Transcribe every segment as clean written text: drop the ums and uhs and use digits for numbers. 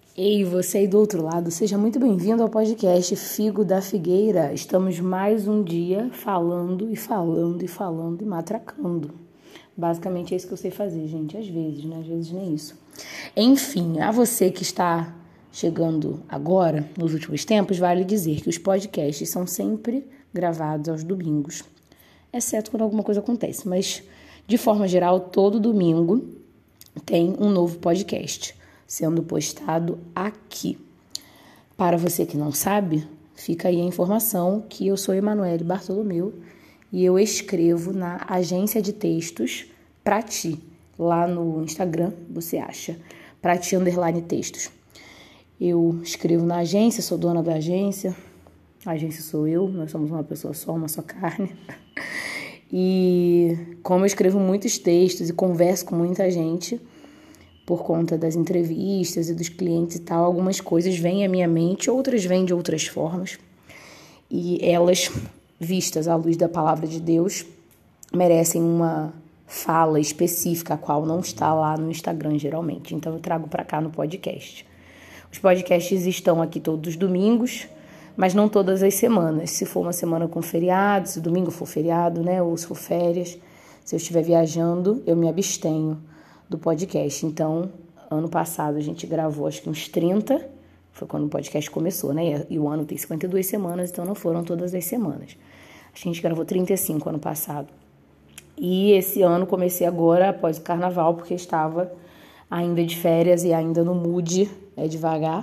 Ei, você aí do outro lado, seja muito bem-vindo ao podcast Figo da Figueira. Estamos mais um dia falando e matracando. Basicamente é isso que eu sei fazer, gente, às vezes, né? Às vezes nem isso. Enfim, a você que está chegando agora, nos últimos tempos, vale dizer que os podcasts são sempre gravados aos domingos, exceto quando alguma coisa acontece, mas de forma geral, todo domingo tem um novo podcast sendo postado aqui. Para você que não sabe, fica aí a informação que eu sou Emanuele Bartolomeu e eu escrevo na agência de textos Prati. Lá no Instagram você acha Prati_textos. Eu escrevo na agência, sou dona da agência. A agência sou eu, nós somos uma pessoa só, uma só carne. E como eu escrevo muitos textos e converso com muita gente, por conta das entrevistas e dos clientes e tal, algumas coisas vêm à minha mente, outras vêm de outras formas. E elas, vistas à luz da palavra de Deus, merecem uma fala específica, a qual não está lá no Instagram, geralmente. Então, eu trago para cá no podcast. Os podcasts estão aqui todos os domingos, mas não todas as semanas. Se for uma semana com feriado, se domingo for feriado, né, ou se for férias, se eu estiver viajando, eu me abstenho do podcast. Então, ano passado a gente gravou acho que uns 30, foi quando o podcast começou, né? E o ano tem 52 semanas, então não foram todas as semanas. A gente gravou 35 ano passado. E esse ano comecei agora, após o carnaval, porque estava ainda de férias e ainda no mood. É devagar,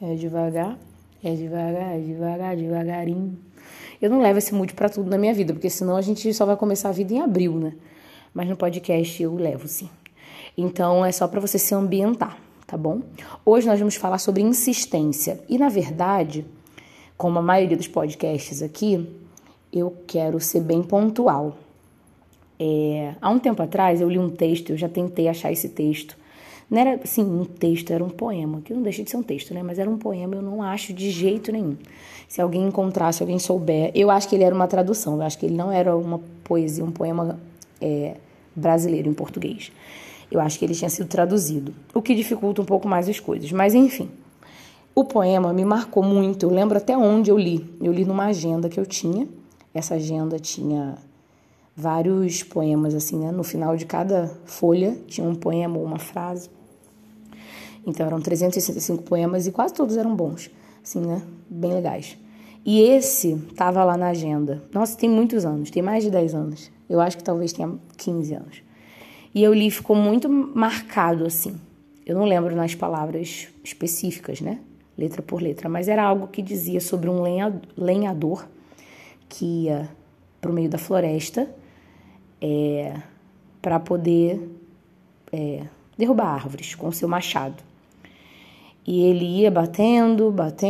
devagarinho. Eu não levo esse mood pra tudo na minha vida, porque senão a gente só vai começar a vida em abril, né? Mas no podcast eu levo, sim. Então, é só para você se ambientar, tá bom? Hoje nós vamos falar sobre insistência. E, na verdade, como a maioria dos podcasts aqui, eu quero ser bem pontual. Há um tempo atrás, eu li um texto, eu já tentei achar esse texto. Não era, assim, um texto, era um poema, que não deixa de ser um texto, né? Mas era um poema, eu não acho de jeito nenhum. Se alguém encontrar, se alguém souber, eu acho que ele era uma tradução, eu acho que ele não era uma poesia, um poema brasileiro em português. Eu acho que ele tinha sido traduzido, o que dificulta um pouco mais as coisas. Mas, enfim, o poema me marcou muito. Eu lembro até onde eu li. Eu li numa agenda que eu tinha. Essa agenda tinha vários poemas, assim, né? No final de cada folha tinha um poema ou uma frase. Então, eram 365 poemas e quase todos eram bons, assim, né? Bem legais. E esse estava lá na agenda. Nossa, tem muitos anos, tem mais de 10 anos. Eu acho que talvez tenha 15 anos. E eu li, ficou muito marcado, assim. Eu não lembro nas palavras específicas, né? Letra por letra. Mas era algo que dizia sobre um lenhador que ia para o meio da floresta para poder derrubar árvores com o seu machado. E ele ia batendo,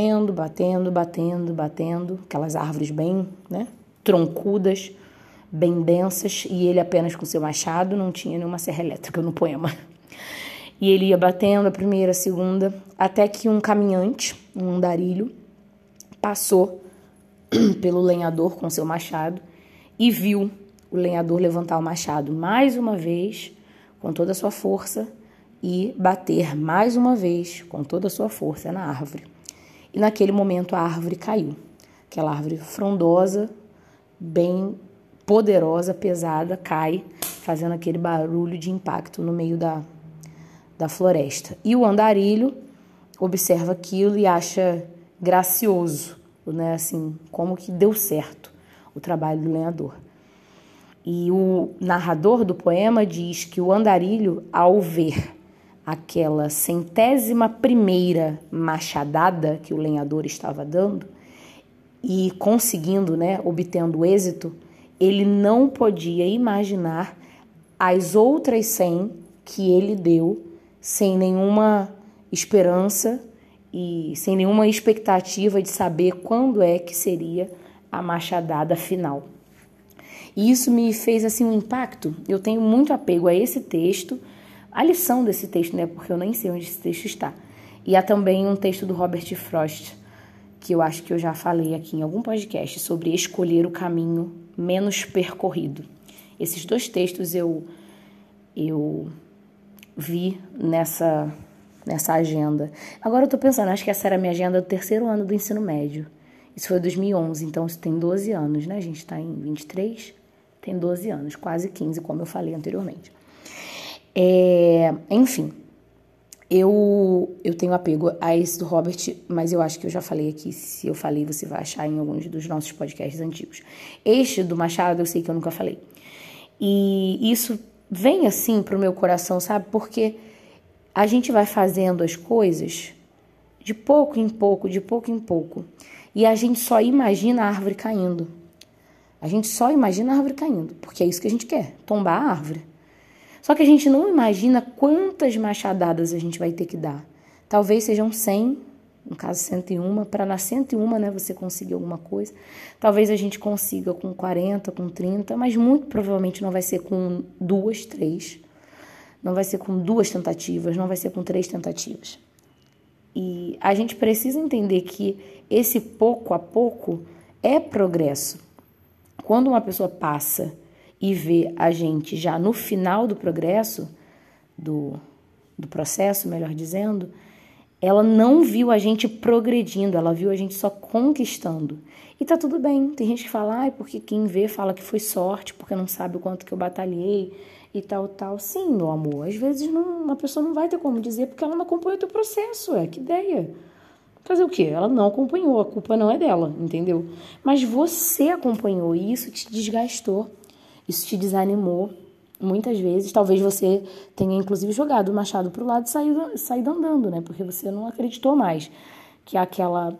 aquelas árvores bem, né, troncudas, bem densas, e ele apenas com seu machado, não tinha nenhuma serra elétrica no poema. E ele ia batendo a primeira, a segunda, até que um caminhante, um andarilho, passou pelo lenhador com seu machado e viu o lenhador levantar o machado mais uma vez, com toda a sua força, e bater mais uma vez, com toda a sua força, na árvore. E naquele momento a árvore caiu. Aquela árvore frondosa, bem poderosa, pesada, cai, fazendo aquele barulho de impacto no meio da floresta. E o andarilho observa aquilo e acha gracioso, né? Assim, como que deu certo o trabalho do lenhador. E o narrador do poema diz que o andarilho, ao ver aquela 100ª machadada que o lenhador estava dando e conseguindo, né, obtendo êxito, ele não podia imaginar as outras 100 que ele deu sem nenhuma esperança e sem nenhuma expectativa de saber quando é que seria a machadada final. E isso me fez assim um impacto. Eu tenho muito apego a esse texto, a lição desse texto, né, porque eu nem sei onde esse texto está. E há também um texto do Robert Frost, que eu acho que eu já falei aqui em algum podcast, sobre escolher o caminho menos percorrido. Esses dois textos eu vi nessa agenda. Agora eu tô pensando, acho que essa era a minha agenda do 3º ano do ensino médio. Isso foi 2011, então isso tem 12 anos, né? A gente tá em 23, tem 12 anos, quase 15, como eu falei anteriormente. Enfim, eu tenho apego a esse do Robert, mas eu acho que eu já falei aqui. Se eu falei, você vai achar em alguns dos nossos podcasts antigos. Este do Machado, eu sei que eu nunca falei. E isso vem assim pro meu coração, sabe? Porque a gente vai fazendo as coisas de pouco em pouco, de pouco em pouco. E a gente só imagina a árvore caindo. A gente só imagina a árvore caindo, porque é isso que a gente quer, tombar a árvore. Só que a gente não imagina quantas machadadas a gente vai ter que dar. Talvez sejam 100, no caso 101, para na 101, né, você conseguir alguma coisa. Talvez a gente consiga com 40, com 30, mas muito provavelmente não vai ser com 2, 3. Não vai ser com 2 tentativas, não vai ser com 3 tentativas. E a gente precisa entender que esse pouco a pouco é progresso. Quando uma pessoa passa e vê a gente já no final do progresso, do processo, melhor dizendo, ela não viu a gente progredindo, ela viu a gente só conquistando. E tá tudo bem. Tem gente que fala, porque quem vê fala que foi sorte, porque não sabe o quanto que eu batalhei e tal, tal. Sim, meu amor, às vezes uma pessoa não vai ter como dizer porque ela não acompanhou o teu processo, que ideia. Fazer o quê? Ela não acompanhou, a culpa não é dela, entendeu? Mas você acompanhou e isso te desgastou, isso te desanimou. Muitas vezes, talvez você tenha inclusive jogado o machado pro lado e saído andando, né? Porque você não acreditou mais que aquela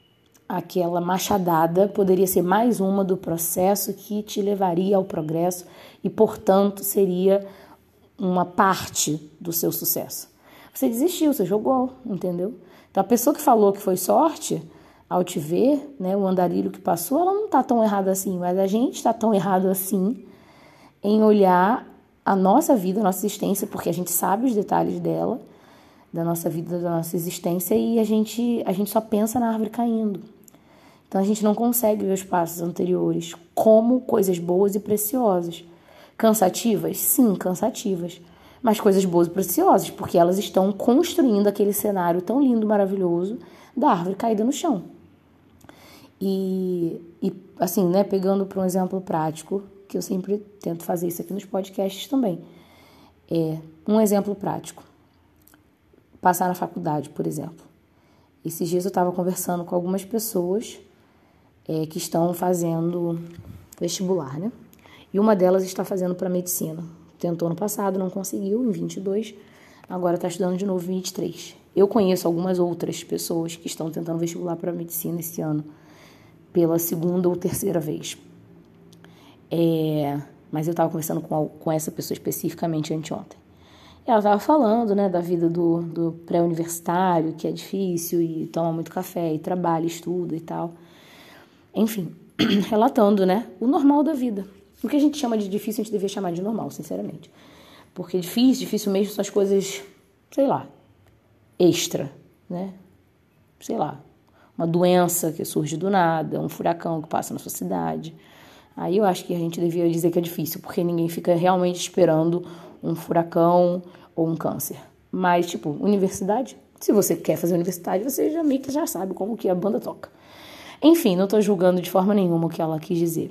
machadada poderia ser mais uma do processo que te levaria ao progresso e, portanto, seria uma parte do seu sucesso. Você desistiu, você jogou, entendeu? Então, a pessoa que falou que foi sorte, ao te ver, né, o andarilho que passou, ela não está tão errada assim, mas a gente está tão errado assim em olhar a nossa vida, a nossa existência, porque a gente sabe os detalhes dela, da nossa vida, da nossa existência, e a gente só pensa na árvore caindo. Então, a gente não consegue ver os passos anteriores como coisas boas e preciosas. Cansativas? Sim, cansativas. Mas coisas boas e preciosas, porque elas estão construindo aquele cenário tão lindo, maravilhoso, da árvore caída no chão. E assim, né, pegando para um exemplo prático, que eu sempre tento fazer isso aqui nos podcasts também. Um exemplo prático. Passar na faculdade, por exemplo. Esses dias eu estava conversando com algumas pessoas que estão fazendo vestibular, né? E uma delas está fazendo para medicina. Tentou no passado, não conseguiu, em 22, agora está estudando de novo em 23. Eu conheço algumas outras pessoas que estão tentando vestibular para medicina esse ano, pela 2ª ou 3ª vez. Mas eu estava conversando com essa pessoa especificamente anteontem. E ela estava falando, né, da vida do pré-universitário, que é difícil e toma muito café e trabalha, estuda e tal. Enfim, relatando, né, o normal da vida. O que a gente chama de difícil, a gente devia chamar de normal, sinceramente. Porque difícil mesmo são as coisas, sei lá, extra, né? Sei lá, uma doença que surge do nada, um furacão que passa na sua cidade. Aí eu acho que a gente devia dizer que é difícil, porque ninguém fica realmente esperando um furacão ou um câncer. Mas, tipo, universidade, se você quer fazer universidade, você já meio que já sabe como que a banda toca. Enfim, não tô julgando de forma nenhuma o que ela quis dizer.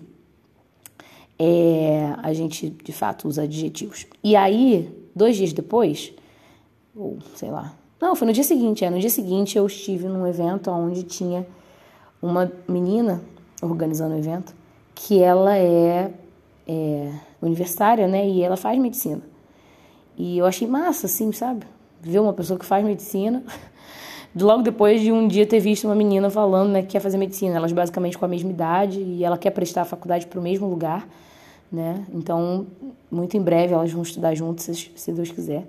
A gente, de fato, usa adjetivos. E aí, 2 dias depois, ou sei lá, não, foi no dia seguinte, no dia seguinte eu estive num evento onde tinha uma menina organizando o evento, que ela é universitária, né, e ela faz medicina. E eu achei massa, assim, sabe, ver uma pessoa que faz medicina, logo depois de um dia ter visto uma menina falando, né, que quer fazer medicina, elas basicamente com a mesma idade, e ela quer prestar a faculdade para o mesmo lugar, né, então, muito em breve elas vão estudar juntas, se Deus quiser.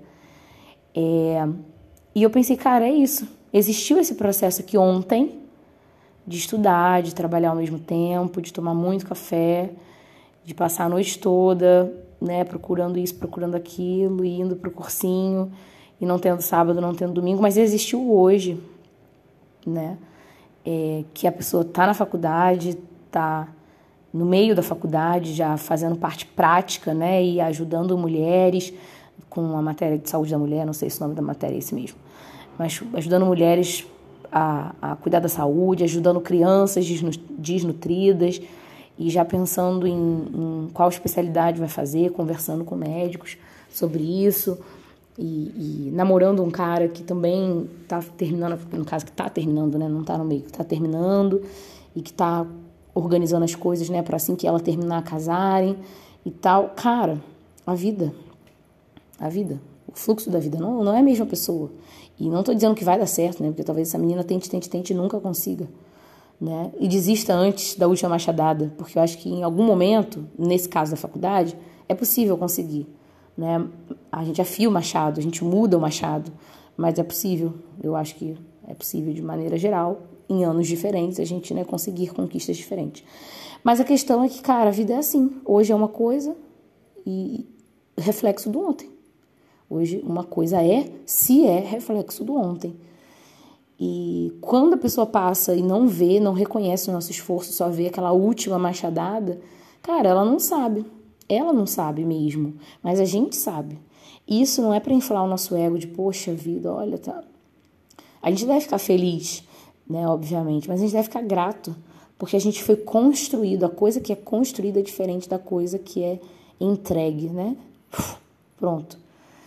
E eu pensei, cara, é isso, existiu esse processo aqui ontem, de estudar, de trabalhar ao mesmo tempo, de tomar muito café, de passar a noite toda, né, procurando isso, procurando aquilo, e indo pro cursinho, e não tendo sábado, não tendo domingo, mas existiu hoje, né, que a pessoa tá na faculdade, tá no meio da faculdade, já fazendo parte prática, né, e ajudando mulheres com a matéria de saúde da mulher, não sei se o nome da matéria é esse mesmo, mas ajudando mulheres a cuidar da saúde, ajudando crianças desnutridas e já pensando em qual especialidade vai fazer, conversando com médicos sobre isso e namorando um cara que também tá terminando, no caso que tá terminando, né, não tá no meio, que tá terminando e que tá organizando as coisas, né, para assim que ela terminar, casarem e tal. Cara, a vida, o fluxo da vida não é a mesma pessoa. E não tô dizendo que vai dar certo, né, porque talvez essa menina tente e nunca consiga, né, e desista antes da última machadada, porque eu acho que em algum momento, nesse caso da faculdade, é possível conseguir, né, a gente afia o machado, a gente muda o machado, mas é possível, eu acho que é possível de maneira geral, em anos diferentes, a gente, né, conseguir conquistas diferentes. Mas a questão é que, cara, a vida é assim, hoje é uma coisa e reflexo do ontem. Hoje uma coisa se é reflexo do ontem. E quando a pessoa passa e não vê, não reconhece o nosso esforço, só vê aquela última machadada, cara, ela não sabe. Ela não sabe mesmo, mas a gente sabe. E isso não é para inflar o nosso ego de, poxa vida, olha, tá. A gente deve ficar feliz, né, obviamente, mas a gente deve ficar grato, porque a gente foi construído, a coisa que é construída é diferente da coisa que é entregue, né? Pronto.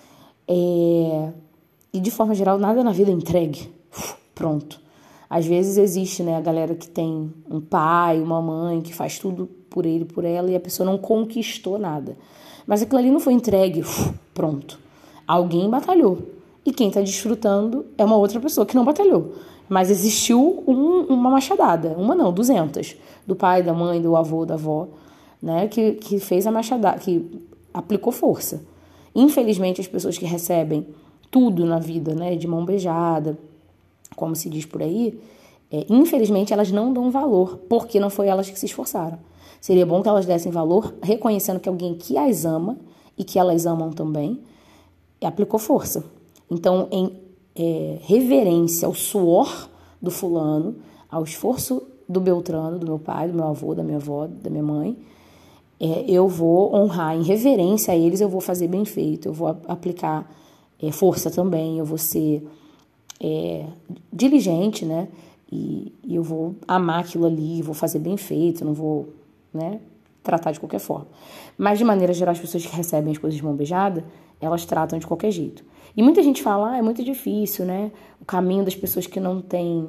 E de forma geral, nada na vida é entregue. Pronto. Às vezes existe, né, a galera que tem um pai, uma mãe, que faz tudo por ele, por ela, e a pessoa não conquistou nada. Mas aquilo ali não foi entregue. Pronto. Alguém batalhou. E quem está desfrutando é uma outra pessoa que não batalhou. Mas existiu uma machadada. Uma não, 200. Do pai, da mãe, do avô, da avó, né, que fez a machadada, que aplicou força. Infelizmente, as pessoas que recebem tudo na vida, né, de mão beijada, como se diz por aí, infelizmente elas não dão valor, porque não foi elas que se esforçaram. Seria bom que elas dessem valor, reconhecendo que alguém que as ama, e que elas amam também, aplicou força. Então, em reverência ao suor do fulano, ao esforço do Beltrano, do meu pai, do meu avô, da minha avó, da minha mãe, eu vou honrar, em reverência a eles, eu vou fazer bem feito, eu vou aplicar força também, eu vou ser diligente, né? E eu vou amar aquilo ali, vou fazer bem feito, não vou, né, tratar de qualquer forma. Mas, de maneira geral, as pessoas que recebem as coisas de mão beijada, elas tratam de qualquer jeito. E muita gente fala, é muito difícil, né? O caminho das pessoas que não tem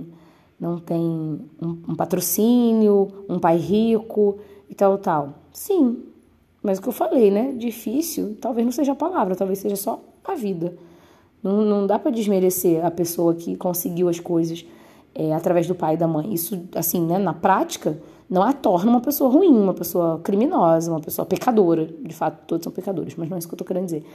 um patrocínio, um pai rico e tal. Sim, mas o que eu falei, né? Difícil, talvez não seja a palavra, talvez seja só a vida. Não dá para desmerecer a pessoa que conseguiu as coisas através do pai e da mãe. Isso, assim, né, na prática, não a torna uma pessoa ruim, uma pessoa criminosa, uma pessoa pecadora. De fato, todos são pecadores, mas não é isso que eu tô querendo dizer.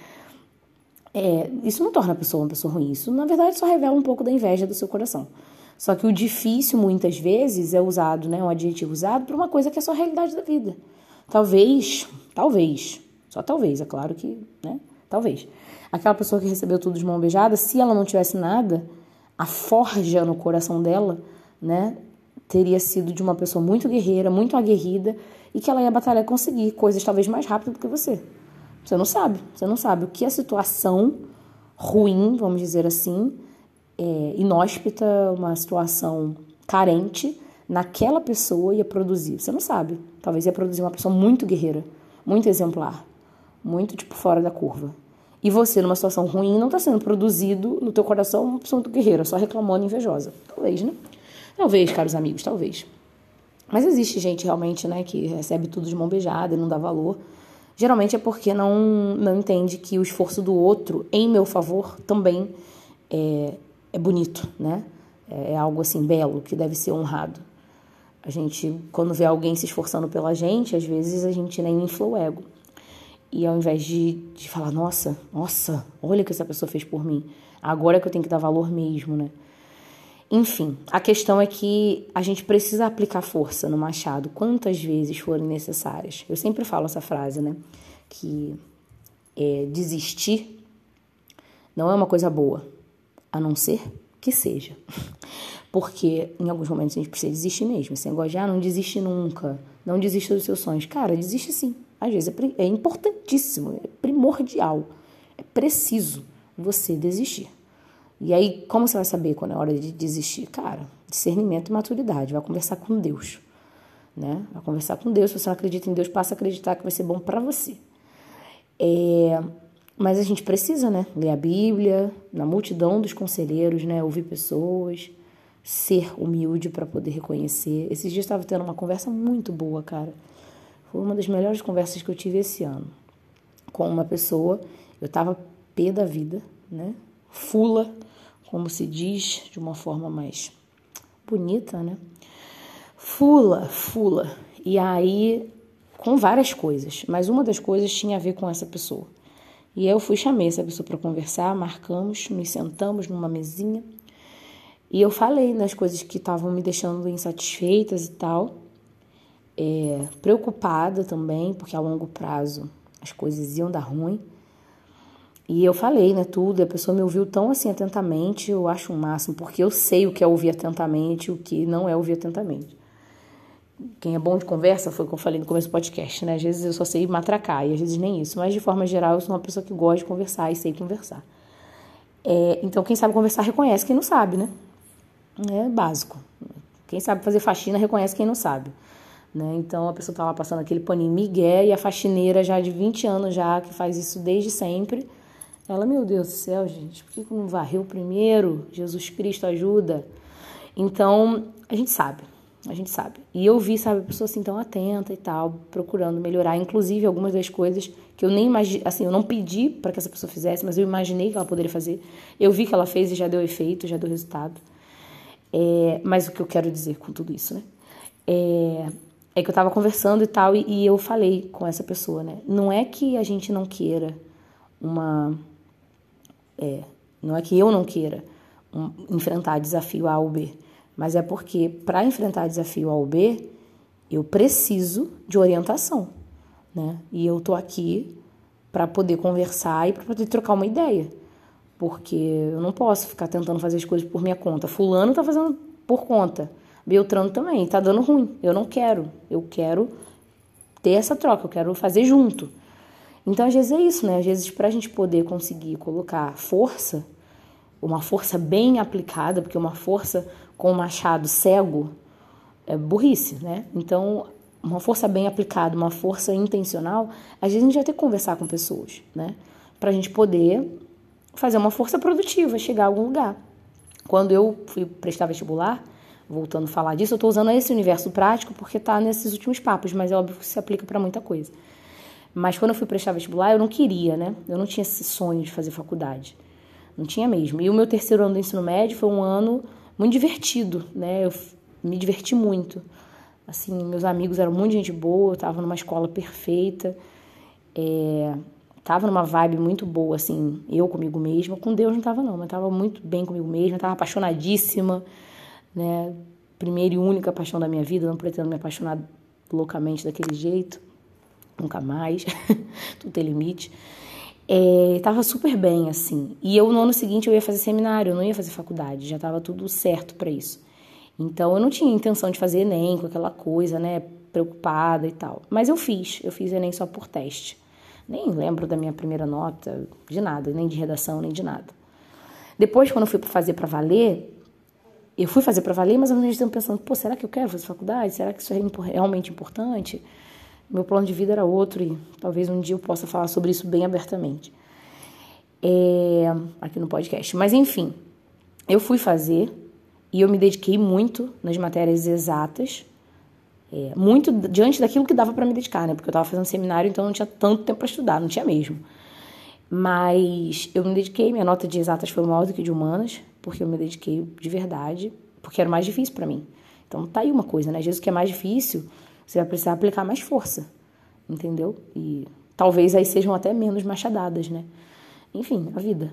Isso não torna a pessoa uma pessoa ruim. Isso, na verdade, só revela um pouco da inveja do seu coração. Só que o difícil, muitas vezes, é usado, né, um adjetivo usado para uma coisa que é só a realidade da vida. Talvez, só talvez, é claro que, né, talvez. Aquela pessoa que recebeu tudo de mão beijada, se ela não tivesse nada, a forja no coração dela, né, teria sido de uma pessoa muito guerreira, muito aguerrida, e que ela ia batalhar e conseguir coisas talvez mais rápido do que você. Você não sabe o que a situação ruim, vamos dizer assim, inóspita, uma situação carente, naquela pessoa ia produzir. Você não sabe. Talvez ia produzir uma pessoa muito guerreira, muito exemplar, muito, tipo, fora da curva. E você, numa situação ruim, não está sendo produzido no teu coração uma pessoa muito guerreira, só reclamando e invejosa. Talvez, né? Talvez, caros amigos, talvez. Mas existe gente realmente, né, que recebe tudo de mão beijada e não dá valor. Geralmente é porque não entende que o esforço do outro em meu favor também é bonito, né? É algo assim belo, que deve ser honrado. A gente, quando vê alguém se esforçando pela gente, às vezes a gente nem infla o ego. E ao invés de falar, nossa, olha o que essa pessoa fez por mim, agora é que eu tenho que dar valor mesmo, né? Enfim, a questão é que a gente precisa aplicar força no machado quantas vezes forem necessárias. Eu sempre falo essa frase, né? Que desistir não é uma coisa boa, a não ser que seja. Porque em alguns momentos a gente precisa desistir mesmo. Esse negócio de, não desiste nunca, não desista dos seus sonhos. Cara, desiste sim. Às vezes é importantíssimo, é primordial, é preciso você desistir. E aí, como você vai saber quando é hora de desistir? Cara, discernimento e maturidade. Vai conversar com Deus, né? Vai conversar com Deus. Se você não acredita em Deus, passa a acreditar que vai ser bom para você. Mas a gente precisa, né? Ler a Bíblia, na multidão dos conselheiros, né? Ouvir pessoas, ser humilde para poder reconhecer. Esses dias eu estava tendo uma conversa muito boa, cara. Foi uma das melhores conversas que eu tive esse ano. Com uma pessoa, eu estava pé da vida, né? Fula, como se diz, de uma forma mais bonita, né? Fula. E aí, com várias coisas, mas uma das coisas tinha a ver com essa pessoa. E aí eu chamei essa pessoa para conversar, marcamos, nos sentamos numa mesinha e eu falei das coisas que estavam me deixando insatisfeitas e tal, preocupada também, porque a longo prazo as coisas iam dar ruim. E eu falei, né, tudo, e a pessoa me ouviu tão assim atentamente, eu acho o máximo, porque eu sei o que é ouvir atentamente e o que não é ouvir atentamente. Quem é bom de conversa, foi o que eu falei no começo do podcast, né, às vezes eu só sei matracar, e às vezes nem isso, mas de forma geral eu sou uma pessoa que gosta de conversar e sei conversar. Então quem sabe conversar reconhece quem não sabe, né, é básico. Quem sabe fazer faxina reconhece quem não sabe. Né? Então a pessoa tá lá passando aquele paninho migué e a faxineira já de 20 anos já, que faz isso desde sempre, ela, meu Deus do céu, gente, por que não varreu primeiro? Jesus Cristo ajuda. Então, a gente sabe. E eu vi, sabe, a pessoa assim tão atenta e tal, procurando melhorar, inclusive algumas das coisas que eu nem imaginei, assim, eu não pedi para que essa pessoa fizesse, mas eu imaginei que ela poderia fazer. Eu vi que ela fez e já deu efeito, já deu resultado. Mas o que eu quero dizer com tudo isso, né? É que eu tava conversando e tal, e eu falei com essa pessoa, né? Não é que a gente não queira não é que eu não queira enfrentar desafio A ou B, mas é porque para enfrentar desafio A ou B, eu preciso de orientação, né? E eu tô aqui para poder conversar e para poder trocar uma ideia, porque eu não posso ficar tentando fazer as coisas por minha conta. Fulano tá fazendo por conta, Beltrano também, tá dando ruim. Eu quero ter essa troca, eu quero fazer junto. Então, às vezes é isso, né? Às vezes, para a gente poder conseguir colocar força, uma força bem aplicada, porque uma força com um machado cego é burrice, né? Então, uma força bem aplicada, uma força intencional, às vezes a gente vai ter que conversar com pessoas, né? Para a gente poder fazer uma força produtiva, chegar a algum lugar. Quando eu fui prestar vestibular, voltando a falar disso, eu estou usando esse universo prático porque está nesses últimos papos, mas é óbvio que se aplica para muita coisa. Mas quando eu fui prestar vestibular, eu não queria, né? Eu não tinha esse sonho de fazer faculdade. Não tinha mesmo. E o meu terceiro ano do ensino médio foi um ano muito divertido, né? Eu me diverti muito. Assim, meus amigos eram muito gente boa, eu estava numa escola perfeita, estava numa vibe muito boa, assim, eu comigo mesma. Com Deus não estava não, mas estava muito bem comigo mesma, estava apaixonadíssima, né? Primeira e única paixão da minha vida, não pretendo me apaixonar loucamente daquele jeito. Nunca mais, tudo tem limite. Tava super bem, assim. E eu, no ano seguinte, eu ia fazer seminário, eu não ia fazer faculdade, já tava tudo certo para isso. Então, eu não tinha intenção de fazer Enem com aquela coisa, né, preocupada e tal. Mas eu fiz Enem só por teste. Nem lembro da minha primeira nota, de nada, nem de redação, nem de nada. Depois, quando eu fui fazer para valer, mas ao mesmo tempo pensando, pô, será que eu quero fazer faculdade? Será que isso é realmente importante? Meu plano de vida era outro e talvez um dia eu possa falar sobre isso bem abertamente aqui no podcast. Mas, enfim, eu fui fazer e eu me dediquei muito nas matérias exatas, muito diante daquilo que dava para me dedicar, né? Porque eu estava fazendo seminário, então não tinha tanto tempo para estudar, não tinha mesmo. Mas eu me dediquei, minha nota de exatas foi maior do que de humanas, porque eu me dediquei de verdade, porque era mais difícil para mim. Então tá aí uma coisa, né? Às vezes o que é mais difícil, você vai precisar aplicar mais força, entendeu? E talvez aí sejam até menos machadadas, né? Enfim, a vida.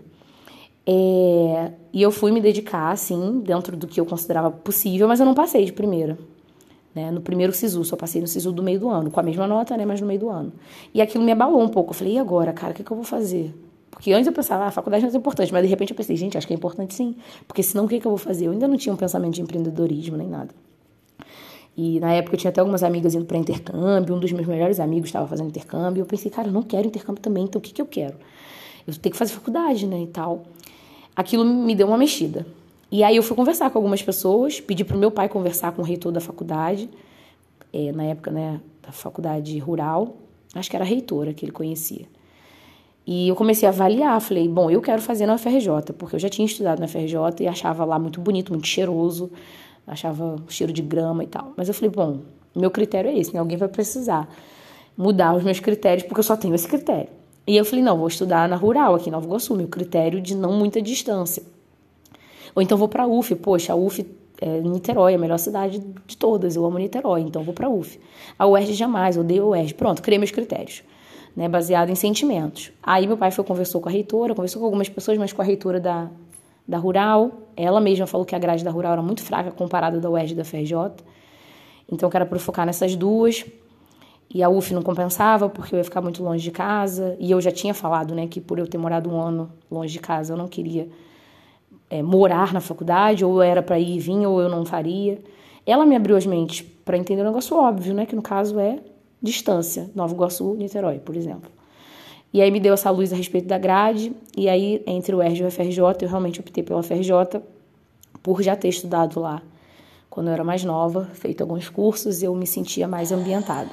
E eu fui me dedicar, assim, dentro do que eu considerava possível, mas eu não passei de primeira, né? No primeiro SISU, só passei no SISU do meio do ano, com a mesma nota, né? Mas no meio do ano. E aquilo me abalou um pouco. Eu falei, e agora, cara, o que eu vou fazer? Porque antes eu pensava, a faculdade não é importante, mas de repente eu pensei, gente, acho que é importante sim, porque senão o que eu vou fazer? Eu ainda não tinha um pensamento de empreendedorismo nem nada. E na época eu tinha até algumas amigas indo para intercâmbio, um dos meus melhores amigos estava fazendo intercâmbio, eu pensei, cara, eu não quero intercâmbio também, então o que eu quero? Eu tenho que fazer faculdade, né, e tal. aquilo me deu uma mexida. E aí eu fui conversar com algumas pessoas, pedi pro meu pai conversar com o reitor da faculdade, na época, né, da faculdade rural, acho que era a reitora que ele conhecia. E eu comecei a avaliar, falei, bom, eu quero fazer na UFRJ, porque eu já tinha estudado na UFRJ e achava lá muito bonito, muito cheiroso, achava cheiro de grama e tal. Mas eu falei, bom, meu critério é esse, né? Alguém vai precisar mudar os meus critérios, porque eu só tenho esse critério. E eu falei, não, vou estudar na rural, aqui em Nova Iguaçu, meu critério de não muita distância. Ou então vou pra UF, poxa, a UF é Niterói, a melhor cidade de todas, eu amo Niterói, então vou pra UF. A UERJ jamais, odeio a UERJ. Pronto, criei meus critérios, né, baseado em sentimentos. Aí meu pai conversou com a reitora, conversou com algumas pessoas, mas com a reitora da Rural, ela mesma falou que a grade da Rural era muito fraca comparada da UERJ e da FRJ, então eu quero focar nessas duas. E a UF não compensava, porque eu ia ficar muito longe de casa, e eu já tinha falado, né, que por eu ter morado 1 ano longe de casa, eu não queria morar na faculdade, ou era para ir e vir, ou eu não faria. Ela me abriu as mentes para entender um negócio óbvio, né, que no caso é distância, Nova Iguaçu, Niterói, por exemplo. E aí me deu essa luz a respeito da grade, e aí entre o UERJ e o FRJ, eu realmente optei pela FRJ, por já ter estudado lá quando eu era mais nova, feito alguns cursos, eu me sentia mais ambientada.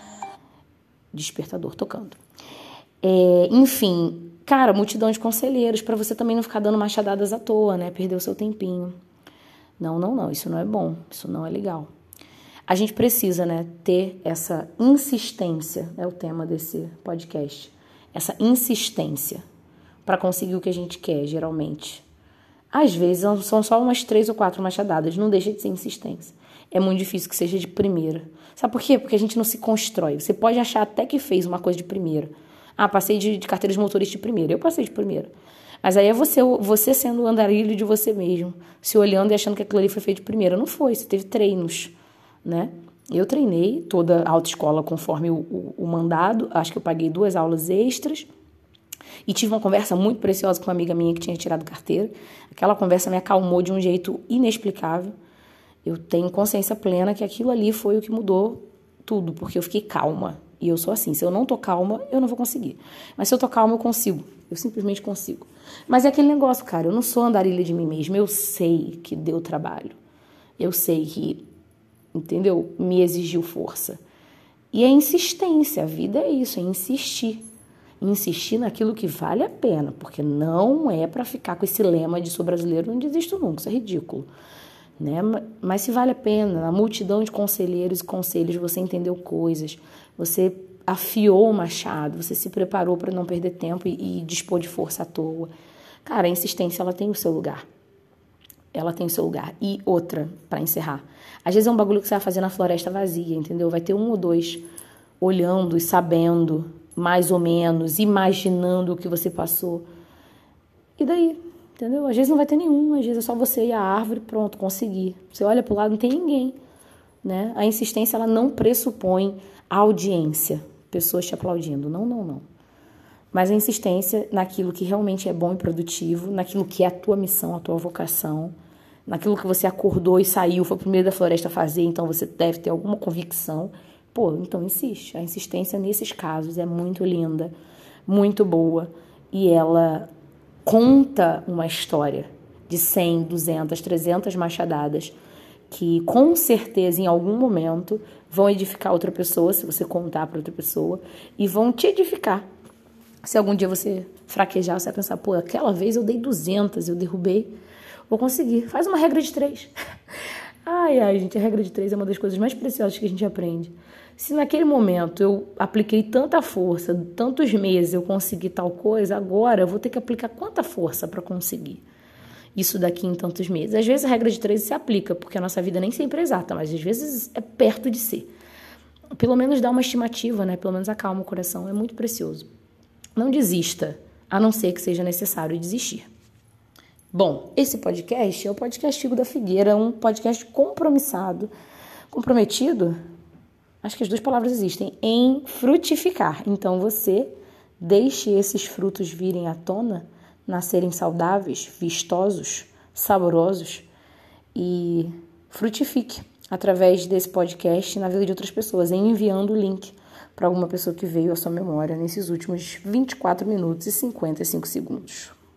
Despertador tocando. Enfim, cara, multidão de conselheiros, para você também não ficar dando machadadas à toa, né? Perder o seu tempinho. Não, isso não é bom, isso não é legal. A gente precisa, né, ter essa insistência, é o tema desse podcast, essa insistência para conseguir o que a gente quer, geralmente. Às vezes são só umas 3 ou 4 machadadas, não deixa de ser insistência. É muito difícil que seja de primeira. Sabe por quê? Porque a gente não se constrói. Você pode achar até que fez uma coisa de primeira. Ah, passei de carteira de motorista de primeira. Eu passei de primeira. Mas aí é você sendo o andarilho de você mesmo, se olhando e achando que aquilo ali foi feito de primeira. Não foi, você teve treinos, né? Eu treinei toda a autoescola conforme o mandado. Acho que eu paguei 2 aulas extras. E tive uma conversa muito preciosa com uma amiga minha que tinha tirado carteira. Aquela conversa me acalmou de um jeito inexplicável. Eu tenho consciência plena que aquilo ali foi o que mudou tudo, porque eu fiquei calma. E eu sou assim, se eu não tô calma, eu não vou conseguir. Mas se eu tô calma, eu consigo. Eu simplesmente consigo. Mas é aquele negócio, cara, eu não sou andarilha de mim mesma. Eu sei que deu trabalho. Eu sei que, entendeu? Me exigiu força. E é insistência, a vida é isso, é insistir. Insistir naquilo que vale a pena, porque não é para ficar com esse lema de sou brasileiro, não desisto nunca, isso é ridículo. Né? Mas se vale a pena, na multidão de conselheiros e conselhos, você entendeu coisas, você afiou o machado, você se preparou para não perder tempo e dispor de força à toa. Cara, a insistência, ela tem o seu lugar. Ela tem o seu lugar. E outra, para encerrar, às vezes é um bagulho que você vai fazer na floresta vazia, entendeu? Vai ter 1 ou 2 olhando e sabendo, mais ou menos, imaginando o que você passou. E daí? Entendeu? Às vezes não vai ter nenhum, às vezes é só você e a árvore, pronto, consegui. Você olha pro lado, não tem ninguém, né? A insistência, ela não pressupõe audiência, pessoas te aplaudindo. Não. Mas a insistência naquilo que realmente é bom e produtivo, naquilo que é a tua missão, a tua vocação, naquilo que você acordou e saiu, foi o primeiro da floresta a fazer, então você deve ter alguma convicção. Pô, então insiste. A insistência nesses casos é muito linda, muito boa, e ela conta uma história de 100, 200, 300 machadadas que com certeza em algum momento vão edificar outra pessoa, se você contar para outra pessoa, e vão te edificar. Se algum dia você fraquejar, você vai pensar, pô, aquela vez eu dei 200, eu derrubei, vou conseguir. Faz uma regra de 3. Ai, gente, a regra de 3 é uma das coisas mais preciosas que a gente aprende. Se naquele momento eu apliquei tanta força, tantos meses eu consegui tal coisa, agora eu vou ter que aplicar quanta força para conseguir isso daqui em tantos meses. Às vezes a regra de 3 se aplica, porque a nossa vida nem sempre é exata, mas às vezes é perto de ser. Pelo menos dá uma estimativa, né? Pelo menos acalma o coração, é muito precioso. Não desista, a não ser que seja necessário desistir. Bom, esse podcast é o podcast Figo da Figueira, um podcast comprometido, acho que as 2 palavras existem, em frutificar. Então você deixe esses frutos virem à tona, nascerem saudáveis, vistosos, saborosos e frutifique através desse podcast na vida de outras pessoas, enviando o link para alguma pessoa que veio à sua memória nesses últimos 24 minutos e 55 segundos.